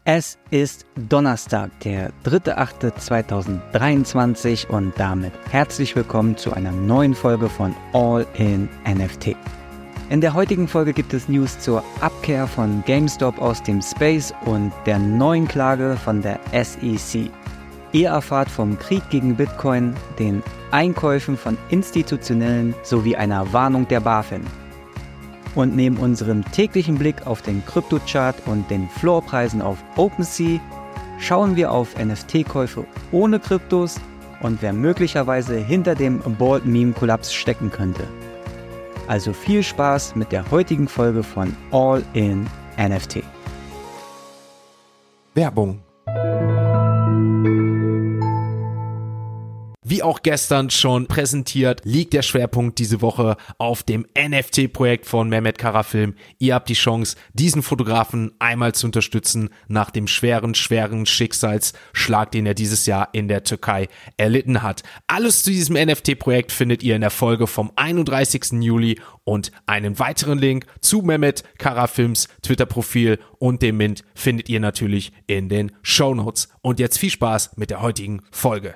Es ist Donnerstag, der 3.8.2023 und damit herzlich willkommen zu einer neuen Folge von All in NFT. In der heutigen Folge gibt es News zur Abkehr von GameStop aus dem Space und der neuen Klage von der SEC. Ihr erfahrt vom Krieg gegen Bitcoin, den Einkäufen von Institutionellen sowie einer Warnung der BaFin. Und neben unserem täglichen Blick auf den Kryptochart und den Floorpreisen auf OpenSea schauen wir auf NFT-Käufe ohne Kryptos und wer möglicherweise hinter dem Bald-Meme-Kollaps stecken könnte. Also viel Spaß mit der heutigen Folge von All in NFT. Werbung. Wie auch gestern schon präsentiert, liegt der Schwerpunkt diese Woche auf dem NFT-Projekt von Mehmet Karafilm. Ihr habt die Chance, diesen Fotografen einmal zu unterstützen nach dem schweren Schicksalsschlag, den er dieses Jahr in der Türkei erlitten hat. Alles zu diesem NFT-Projekt findet ihr in der Folge vom 31. Juli und einen weiteren Link zu Mehmet Karafilms Twitter-Profil und dem Mint findet ihr natürlich in den Shownotes. Und jetzt viel Spaß mit der heutigen Folge.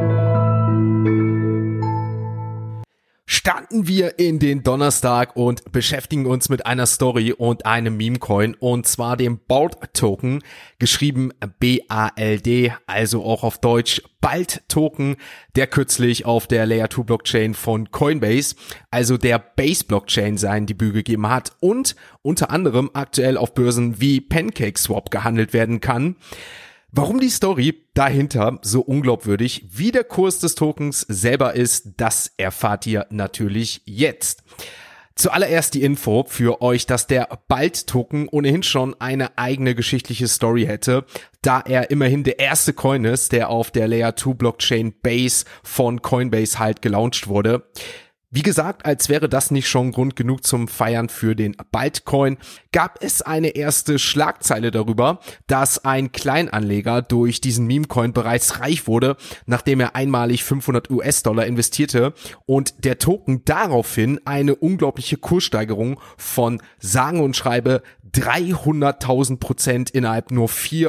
Starten wir in den Donnerstag und beschäftigen uns mit einer Story und einem Meme-Coin und zwar dem BALD-Token, geschrieben B-A-L-D, also auch auf Deutsch BALD-Token, der kürzlich auf der Layer-2-Blockchain von Coinbase, also der Base-Blockchain, sein Debüt gegeben hat und unter anderem aktuell auf Börsen wie PancakeSwap gehandelt werden kann. Warum die Story dahinter so unglaubwürdig, wie der Kurs des Tokens selber ist, das erfahrt ihr natürlich jetzt. Zuallererst die Info für euch, dass der BALD-Token ohnehin schon eine eigene geschichtliche Story hätte, da er immerhin der erste Coin ist, der auf der Layer-2-Blockchain Base von Coinbase halt gelauncht wurde. Wie gesagt, als wäre das nicht schon Grund genug zum Feiern für den BALD-Coin, gab es eine erste Schlagzeile darüber, dass ein Kleinanleger durch diesen Meme-Coin bereits reich wurde, nachdem er einmalig $500 investierte und der Token daraufhin eine unglaubliche Kurssteigerung von sage und schreibe 300.000% innerhalb nur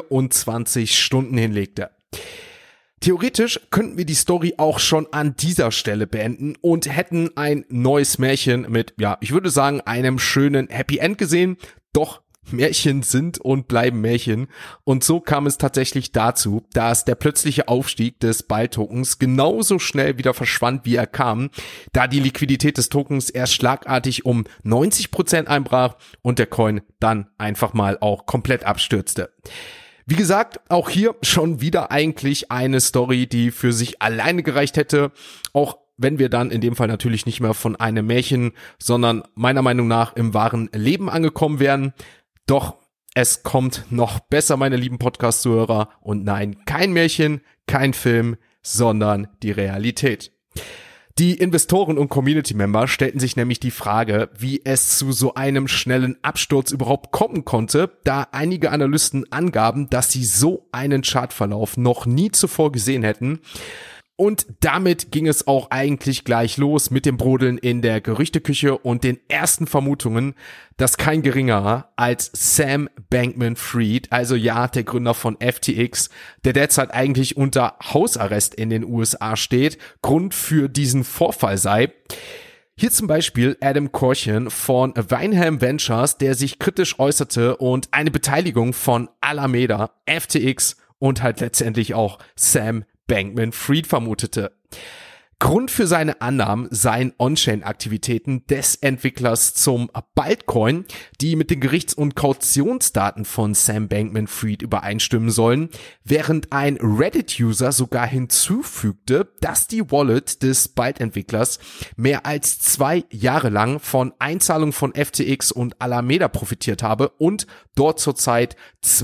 24 Stunden hinlegte. Theoretisch könnten wir die Story auch schon an dieser Stelle beenden und hätten ein neues Märchen mit, ich würde sagen, einem schönen Happy End gesehen. Doch Märchen sind und bleiben Märchen. Und so kam es tatsächlich dazu, dass der plötzliche Aufstieg des BALD-Tokens genauso schnell wieder verschwand, wie er kam, da die Liquidität des Tokens erst schlagartig um 90% einbrach und der Coin dann einfach mal auch komplett abstürzte. Wie gesagt, auch hier schon wieder eigentlich eine Story, die für sich alleine gereicht hätte, auch wenn wir dann in dem Fall natürlich nicht mehr von einem Märchen, sondern meiner Meinung nach im wahren Leben angekommen wären. Doch es kommt noch besser, meine lieben Podcast-Zuhörer, und nein, kein Märchen, kein Film, sondern die Realität. Die Investoren und Community-Member stellten sich nämlich die Frage, wie es zu so einem schnellen Absturz überhaupt kommen konnte, da einige Analysten angaben, dass sie so einen Chartverlauf noch nie zuvor gesehen hätten. Und damit ging es auch eigentlich gleich los mit dem Brodeln in der Gerüchteküche und den ersten Vermutungen, dass kein geringerer als Sam Bankman-Fried, also der Gründer von FTX, der derzeit eigentlich unter Hausarrest in den USA steht, Grund für diesen Vorfall sei. Hier zum Beispiel Adam Korchen von Vineham Ventures, der sich kritisch äußerte und eine Beteiligung von Alameda, FTX und halt letztendlich auch Sam Bankman-Fried vermutete. Grund für seine Annahmen seien On-Chain-Aktivitäten des Entwicklers zum BALD-Coin, die mit den Gerichts- und Kautionsdaten von Sam Bankman-Fried übereinstimmen sollen, während ein Reddit-User sogar hinzufügte, dass die Wallet des BALD-Entwicklers mehr als 2 Jahre lang von Einzahlungen von FTX und Alameda profitiert habe und dort zurzeit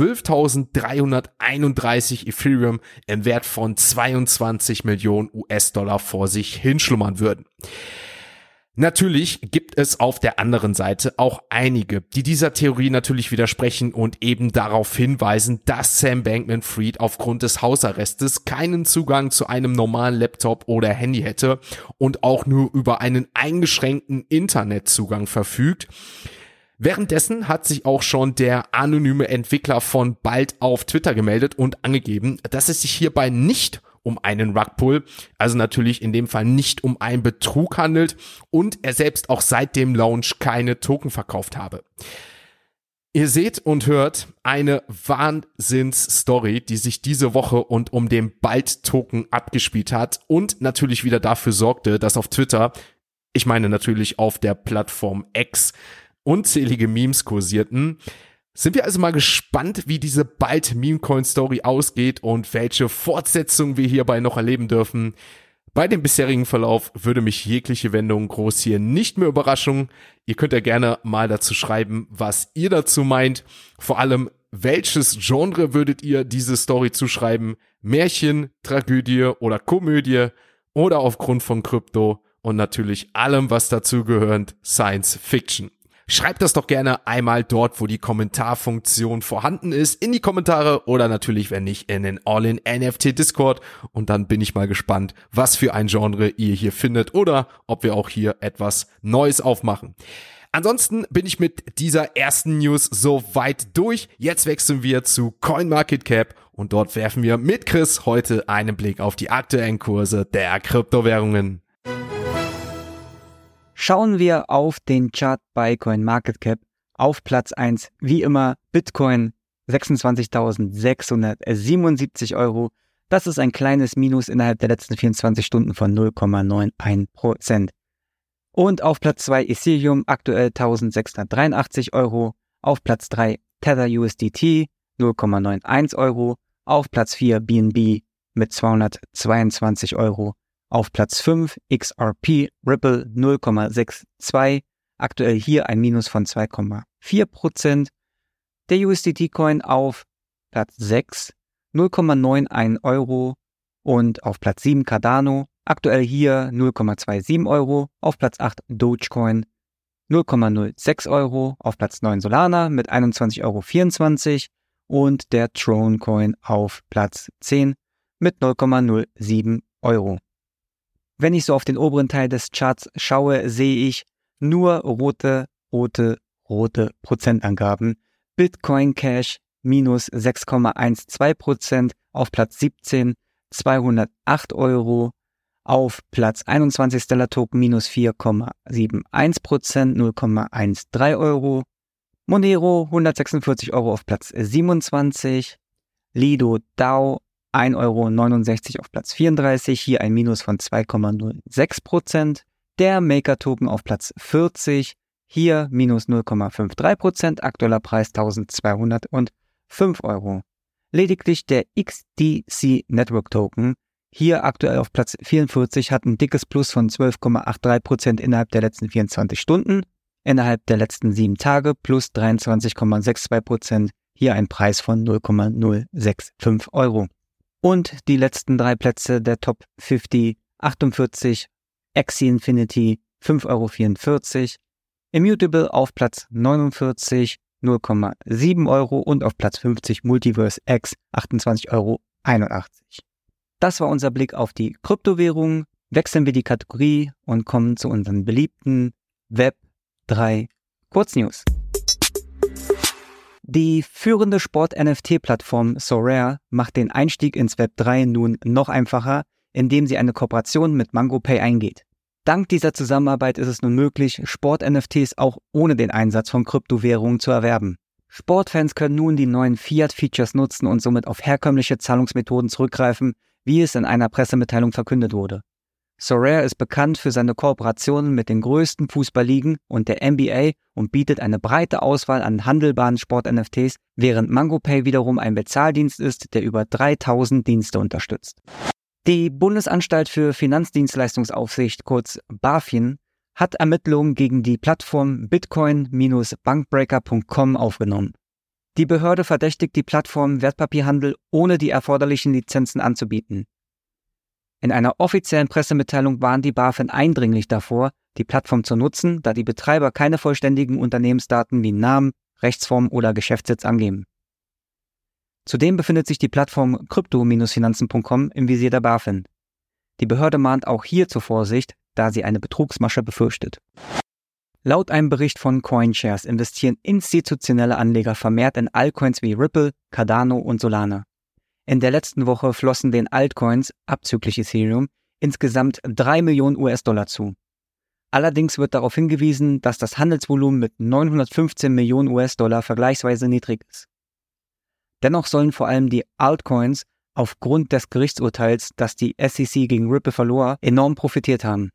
12.331 Ethereum im Wert von 22 Millionen US-Dollar vor sich hinschlummern würden. Natürlich gibt es auf der anderen Seite auch einige, die dieser Theorie natürlich widersprechen und eben darauf hinweisen, dass Sam Bankman-Fried aufgrund des Hausarrestes keinen Zugang zu einem normalen Laptop oder Handy hätte und auch nur über einen eingeschränkten Internetzugang verfügt. Währenddessen hat sich auch schon der anonyme Entwickler von Bald auf Twitter gemeldet und angegeben, dass es sich hierbei nicht um einen Rugpull, also natürlich in dem Fall nicht um einen Betrug handelt und er selbst auch seit dem Launch keine Token verkauft habe. Ihr seht und hört eine Wahnsinns-Story, die sich diese Woche und um den Bald-Token abgespielt hat und natürlich wieder dafür sorgte, dass auf Twitter, ich meine natürlich auf der Plattform X, unzählige Memes kursierten. Sind wir also mal gespannt, wie diese Bald-Meme-Coin-Story ausgeht und welche Fortsetzung wir hierbei noch erleben dürfen. Bei dem bisherigen Verlauf würde mich jegliche Wendung groß hier nicht mehr überraschen. Ihr könnt ja gerne mal dazu schreiben, was ihr dazu meint. Vor allem, welches Genre würdet ihr diese Story zuschreiben? Märchen, Tragödie oder Komödie oder aufgrund von Krypto und natürlich allem, was dazu gehört, Science Fiction. Schreibt das doch gerne einmal dort, wo die Kommentarfunktion vorhanden ist, in die Kommentare oder natürlich, wenn nicht, in den All-in-NFT Discord. Und dann bin ich mal gespannt, was für ein Genre ihr hier findet oder ob wir auch hier etwas Neues aufmachen. Ansonsten bin ich mit dieser ersten News soweit durch. Jetzt wechseln wir zu CoinMarketCap und dort werfen wir mit Chris heute einen Blick auf die aktuellen Kurse der Kryptowährungen. Schauen wir auf den Chart bei CoinMarketCap. Auf Platz 1, wie immer, Bitcoin 26.677 €. Das ist ein kleines Minus innerhalb der letzten 24 Stunden von 0,91%. Und auf Platz 2 Ethereum, aktuell 1.683 €. Auf Platz 3 Tether USDT, 0,91 €. Auf Platz 4 BNB mit 222 €. Auf Platz 5 XRP Ripple 0,62, aktuell hier ein Minus von 2,4%. Der USDT-Coin auf Platz 6 0,91 €. Und auf Platz 7 Cardano, aktuell hier 0,27 €. Auf Platz 8 Dogecoin 0,06 €. Auf Platz 9 Solana mit 21,24 € und der Tron Coin auf Platz 10 mit 0,07 €. Wenn ich so auf den oberen Teil des Charts schaue, sehe ich nur rote Prozentangaben. Bitcoin Cash minus 6,12%, auf Platz 17 208 €, auf Platz 21 Stellar Token minus 4,71%, 0,13 €. Monero 146 € auf Platz 27, Lido DAO 1,69 € auf Platz 34, hier ein Minus von 2,06%. Der Maker-Token auf Platz 40, hier minus 0,53%, aktueller Preis 1.205 €. Lediglich der XDC Network Token, hier aktuell auf Platz 44, hat ein dickes Plus von 12,83% innerhalb der letzten 24 Stunden, innerhalb der letzten 7 Tage plus 23,62%, hier ein Preis von 0,065 €. Und die letzten 3 Plätze der Top 50, 48, Axie Infinity 5,44 €, Immutable auf Platz 49, 0,7 € und auf Platz 50 Multiverse X 28,81 €. Das war unser Blick auf die Kryptowährungen. Wechseln wir die Kategorie und kommen zu unseren beliebten Web 3 Kurznews. Die führende Sport-NFT-Plattform Sorare macht den Einstieg ins Web 3 nun noch einfacher, indem sie eine Kooperation mit MangoPay eingeht. Dank dieser Zusammenarbeit ist es nun möglich, Sport-NFTs auch ohne den Einsatz von Kryptowährungen zu erwerben. Sportfans können nun die neuen Fiat-Features nutzen und somit auf herkömmliche Zahlungsmethoden zurückgreifen, wie es in einer Pressemitteilung verkündet wurde. Sorare ist bekannt für seine Kooperationen mit den größten Fußballligen und der NBA und bietet eine breite Auswahl an handelbaren Sport-NFTs, während MangoPay wiederum ein Bezahldienst ist, der über 3000 Dienste unterstützt. Die Bundesanstalt für Finanzdienstleistungsaufsicht, kurz BaFin, hat Ermittlungen gegen die Plattform Bitcoin-Bankbreaker.com aufgenommen. Die Behörde verdächtigt die Plattform, Wertpapierhandel ohne die erforderlichen Lizenzen anzubieten. In einer offiziellen Pressemitteilung warnt die BaFin eindringlich davor, die Plattform zu nutzen, da die Betreiber keine vollständigen Unternehmensdaten wie Namen, Rechtsform oder Geschäftssitz angeben. Zudem befindet sich die Plattform Krypto-Finanzen.com im Visier der BaFin. Die Behörde mahnt auch hier zur Vorsicht, da sie eine Betrugsmasche befürchtet. Laut einem Bericht von CoinShares investieren institutionelle Anleger vermehrt in Altcoins wie Ripple, Cardano und Solana. In der letzten Woche flossen den Altcoins, abzüglich Ethereum, insgesamt 3 Millionen US-Dollar zu. Allerdings wird darauf hingewiesen, dass das Handelsvolumen mit 915 Millionen US-Dollar vergleichsweise niedrig ist. Dennoch sollen vor allem die Altcoins aufgrund des Gerichtsurteils, das die SEC gegen Ripple verlor, enorm profitiert haben.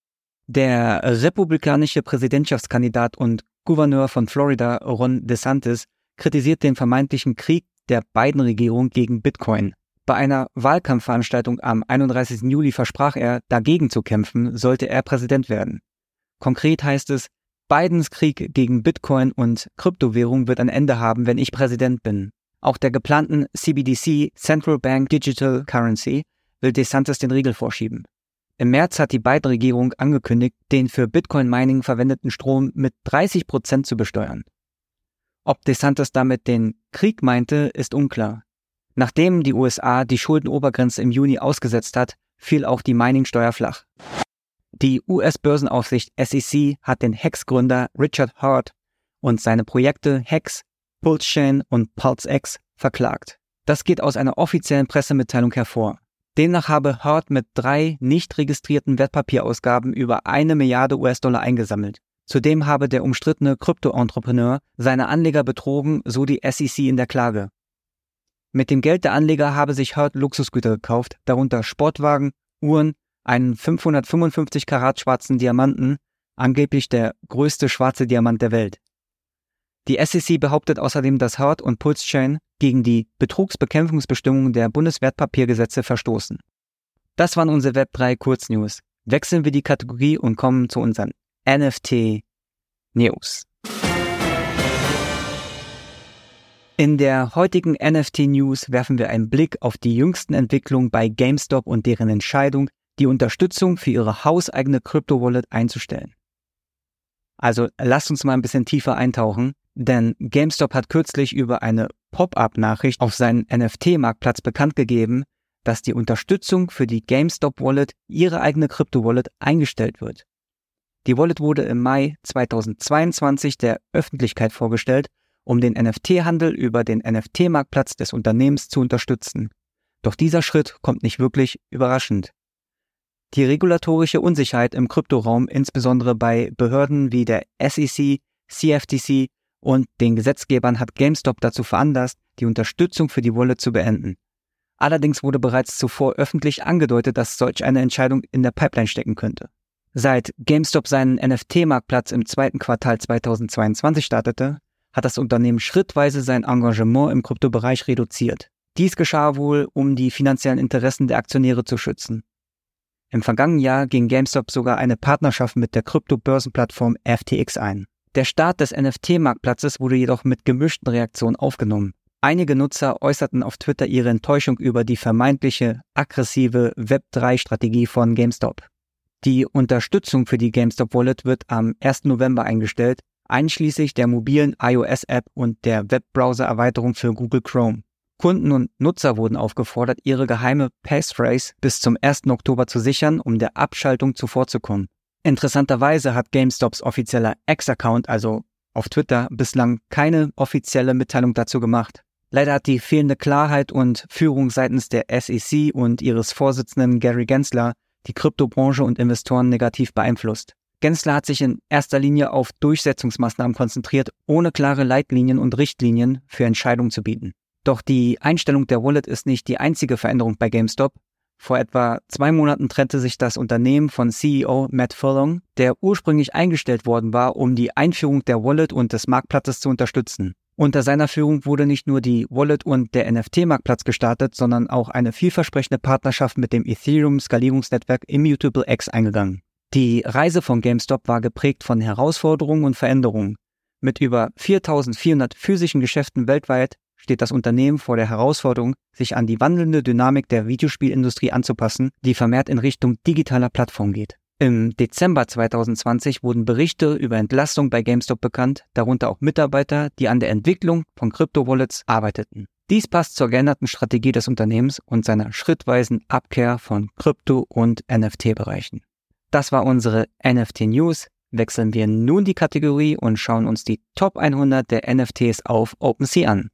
Der republikanische Präsidentschaftskandidat und Gouverneur von Florida, Ron DeSantis, kritisiert den vermeintlichen Krieg der Biden-Regierung gegen Bitcoin. Bei einer Wahlkampfveranstaltung am 31. Juli versprach er, dagegen zu kämpfen, sollte er Präsident werden. Konkret heißt es, Bidens Krieg gegen Bitcoin und Kryptowährung wird ein Ende haben, wenn ich Präsident bin. Auch der geplanten CBDC, Central Bank Digital Currency, will DeSantis den Riegel vorschieben. Im März hat die Biden-Regierung angekündigt, den für Bitcoin-Mining verwendeten Strom mit 30% zu besteuern. Ob DeSantis damit den Krieg meinte, ist unklar. Nachdem die USA die Schuldenobergrenze im Juni ausgesetzt hat, fiel auch die Mining-Steuer flach. Die US-Börsenaufsicht SEC hat den Hex-Gründer Richard Heart und seine Projekte Hex, PulseChain und PulseX verklagt. Das geht aus einer offiziellen Pressemitteilung hervor. Demnach habe Heart mit 3 nicht registrierten Wertpapierausgaben über 1 Milliarde US-Dollar eingesammelt. Zudem habe der umstrittene Krypto-Entrepreneur seine Anleger betrogen, so die SEC in der Klage. Mit dem Geld der Anleger habe sich Heart Luxusgüter gekauft, darunter Sportwagen, Uhren, einen 555 Karat schwarzen Diamanten, angeblich der größte schwarze Diamant der Welt. Die SEC behauptet außerdem, dass Heart und PulseChain gegen die Betrugsbekämpfungsbestimmungen der Bundeswertpapiergesetze verstoßen. Das waren unsere Web3 Kurznews. Wechseln wir die Kategorie und kommen zu unseren NFT News. In der heutigen NFT News werfen wir einen Blick auf die jüngsten Entwicklungen bei GameStop und deren Entscheidung, die Unterstützung für ihre hauseigene Crypto-Wallet einzustellen. Also lasst uns mal ein bisschen tiefer eintauchen, denn GameStop hat kürzlich über eine Pop-up-Nachricht auf seinen NFT-Marktplatz bekannt gegeben, dass die Unterstützung für die GameStop-Wallet, ihre eigene Crypto-Wallet, eingestellt wird. Die Wallet wurde im Mai 2022 der Öffentlichkeit vorgestellt, um den NFT-Handel über den NFT-Marktplatz des Unternehmens zu unterstützen. Doch dieser Schritt kommt nicht wirklich überraschend. Die regulatorische Unsicherheit im Kryptoraum, insbesondere bei Behörden wie der SEC, CFTC und den Gesetzgebern, hat GameStop dazu veranlasst, die Unterstützung für die Wallet zu beenden. Allerdings wurde bereits zuvor öffentlich angedeutet, dass solch eine Entscheidung in der Pipeline stecken könnte. Seit GameStop seinen NFT-Marktplatz im 2. Quartal 2022 startete, hat das Unternehmen schrittweise sein Engagement im Kryptobereich reduziert. Dies geschah wohl, um die finanziellen Interessen der Aktionäre zu schützen. Im vergangenen Jahr ging GameStop sogar eine Partnerschaft mit der Krypto-Börsenplattform FTX ein. Der Start des NFT-Marktplatzes wurde jedoch mit gemischten Reaktionen aufgenommen. Einige Nutzer äußerten auf Twitter ihre Enttäuschung über die vermeintliche aggressive Web3-Strategie von GameStop. Die Unterstützung für die GameStop Wallet wird am 1. November eingestellt, einschließlich der mobilen iOS-App und der Webbrowser-Erweiterung für Google Chrome. Kunden und Nutzer wurden aufgefordert, ihre geheime Passphrase bis zum 1. Oktober zu sichern, um der Abschaltung zuvorzukommen. Interessanterweise hat GameStops offizieller X-Account, also auf Twitter, bislang keine offizielle Mitteilung dazu gemacht. Leider hat die fehlende Klarheit und Führung seitens der SEC und ihres Vorsitzenden Gary Gensler die Kryptobranche und Investoren negativ beeinflusst. Gensler hat sich in erster Linie auf Durchsetzungsmaßnahmen konzentriert, ohne klare Leitlinien und Richtlinien für Entscheidungen zu bieten. Doch die Einstellung der Wallet ist nicht die einzige Veränderung bei GameStop. Vor etwa 2 Monaten trennte sich das Unternehmen von CEO Matt Furlong, der ursprünglich eingestellt worden war, um die Einführung der Wallet und des Marktplatzes zu unterstützen. Unter seiner Führung wurde nicht nur die Wallet und der NFT-Marktplatz gestartet, sondern auch eine vielversprechende Partnerschaft mit dem Ethereum-Skalierungsnetzwerk Immutable X eingegangen. Die Reise von GameStop war geprägt von Herausforderungen und Veränderungen. Mit über 4.400 physischen Geschäften weltweit steht das Unternehmen vor der Herausforderung, sich an die wandelnde Dynamik der Videospielindustrie anzupassen, die vermehrt in Richtung digitaler Plattform geht. Im Dezember 2020 wurden Berichte über Entlassung bei GameStop bekannt, darunter auch Mitarbeiter, die an der Entwicklung von Krypto-Wallets arbeiteten. Dies passt zur geänderten Strategie des Unternehmens und seiner schrittweisen Abkehr von Krypto- und NFT-Bereichen. Das war unsere NFT-News. wechseln wir nun die Kategorie und schauen uns die Top 100 der NFTs auf OpenSea an.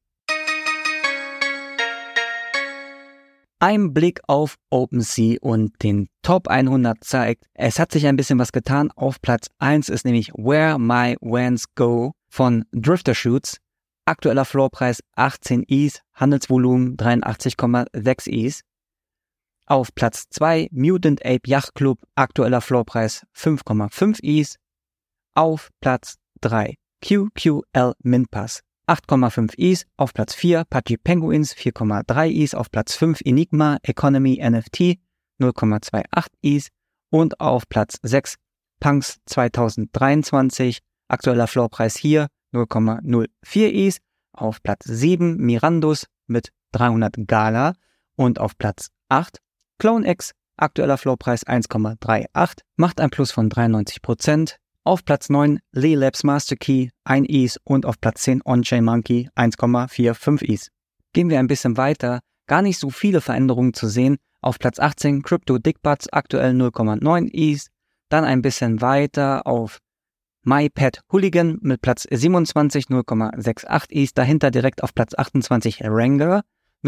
Ein Blick auf OpenSea und den Top 100 zeigt, es hat sich ein bisschen was getan. Auf Platz 1 ist nämlich Where My Vans Go von Drifter Shoots. Aktueller Floorpreis 18 ETH, Handelsvolumen 83,6 ETH. Auf Platz 2 Mutant Ape Yacht Club, aktueller Floorpreis 5,5 ETH. Auf Platz 3 QQL Mint Pass 8,5 ETH. Auf Platz 4 Pudgy Penguins 4,3 ETH. Auf Platz 5 Enigma Economy NFT 0,28 ETH. Und auf Platz 6 Punks 2023, aktueller Floorpreis hier 0,04 ETH. Auf Platz 7 Mirandus mit 300 Gala. Und auf Platz 8 CloneX, aktueller Floorpreis 1,38, macht ein Plus von 93%. Auf Platz 9 Lee Labs Master Key 1 ETH und auf Platz 10 On-Chain Monkey 1,45 ETH. Gehen wir ein bisschen weiter, gar nicht so viele Veränderungen zu sehen. Auf Platz 18 Crypto Dickbutts, aktuell 0,9 ETH. Dann ein bisschen weiter auf MyPet Hooligan mit Platz 27 0,68 ETH. Dahinter direkt auf Platz 28 Wrangler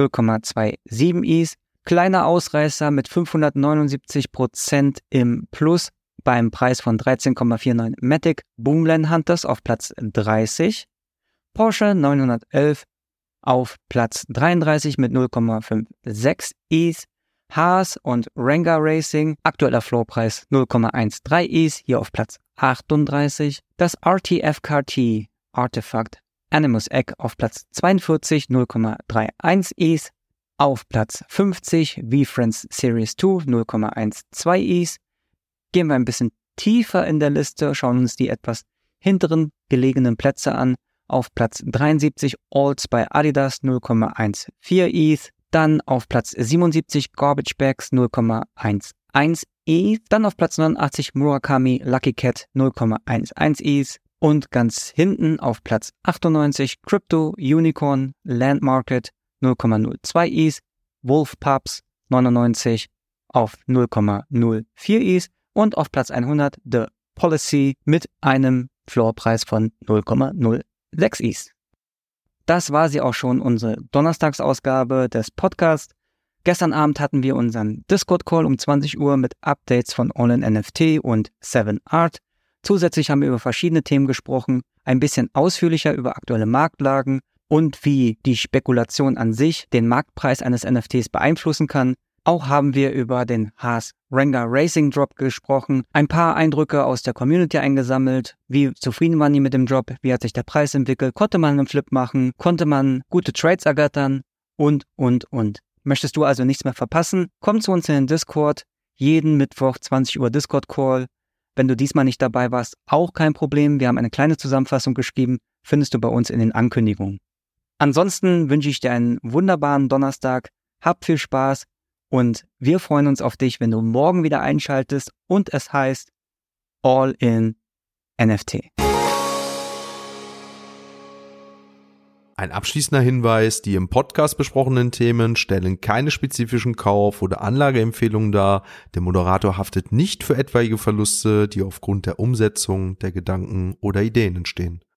0,27 ETH. Kleiner Ausreißer mit 579% im Plus beim Preis von 13,49 Matic. Boomland Hunters auf Platz 30. Porsche 911 auf Platz 33 mit 0,56 ETH. Haas und Ranga Racing, aktueller Floorpreis 0,13 ETH, hier auf Platz 38. Das RTFKT Artifact Animus Egg auf Platz 42 0,31 ETH. Auf Platz 50 VFriends Series 2 0,12 ETH. Gehen wir ein bisschen tiefer in der Liste, schauen uns die etwas hinteren gelegenen Plätze an. Auf Platz 73 Alts bei Adidas 0,14 ETH. Dann auf Platz 77 Garbage Bags 0,11 ETH. Dann auf Platz 89 Murakami Lucky Cat 0,11 ETH. Und ganz hinten auf Platz 98 Crypto Unicorn Land Market 0,02 ETH, Wolf Pubs 99 auf 0,04 ETH und auf Platz 100 The Policy mit einem Floorpreis von 0,06 ETH. Das war sie auch schon, unsere Donnerstagsausgabe des Podcasts. Gestern Abend hatten wir unseren Discord-Call um 20 Uhr mit Updates von All-in-NFT und 7art. Zusätzlich haben wir über verschiedene Themen gesprochen, ein bisschen ausführlicher über aktuelle Marktlagen und wie die Spekulation an sich den Marktpreis eines NFTs beeinflussen kann. Auch haben wir über den Haas Ranga Racing Drop gesprochen, ein paar Eindrücke aus der Community eingesammelt, wie zufrieden waren die mit dem Drop, wie hat sich der Preis entwickelt, konnte man einen Flip machen, konnte man gute Trades ergattern und. Möchtest du also nichts mehr verpassen? Komm zu uns in den Discord, jeden Mittwoch 20 Uhr Discord-Call. Wenn du diesmal nicht dabei warst, auch kein Problem, wir haben eine kleine Zusammenfassung geschrieben, findest du bei uns in den Ankündigungen. Ansonsten wünsche ich dir einen wunderbaren Donnerstag, hab viel Spaß und wir freuen uns auf dich, wenn du morgen wieder einschaltest und es heißt All in NFT. Ein abschließender Hinweis, die im Podcast besprochenen Themen stellen keine spezifischen Kauf- oder Anlageempfehlungen dar. Der Moderator haftet nicht für etwaige Verluste, die aufgrund der Umsetzung der Gedanken oder Ideen entstehen.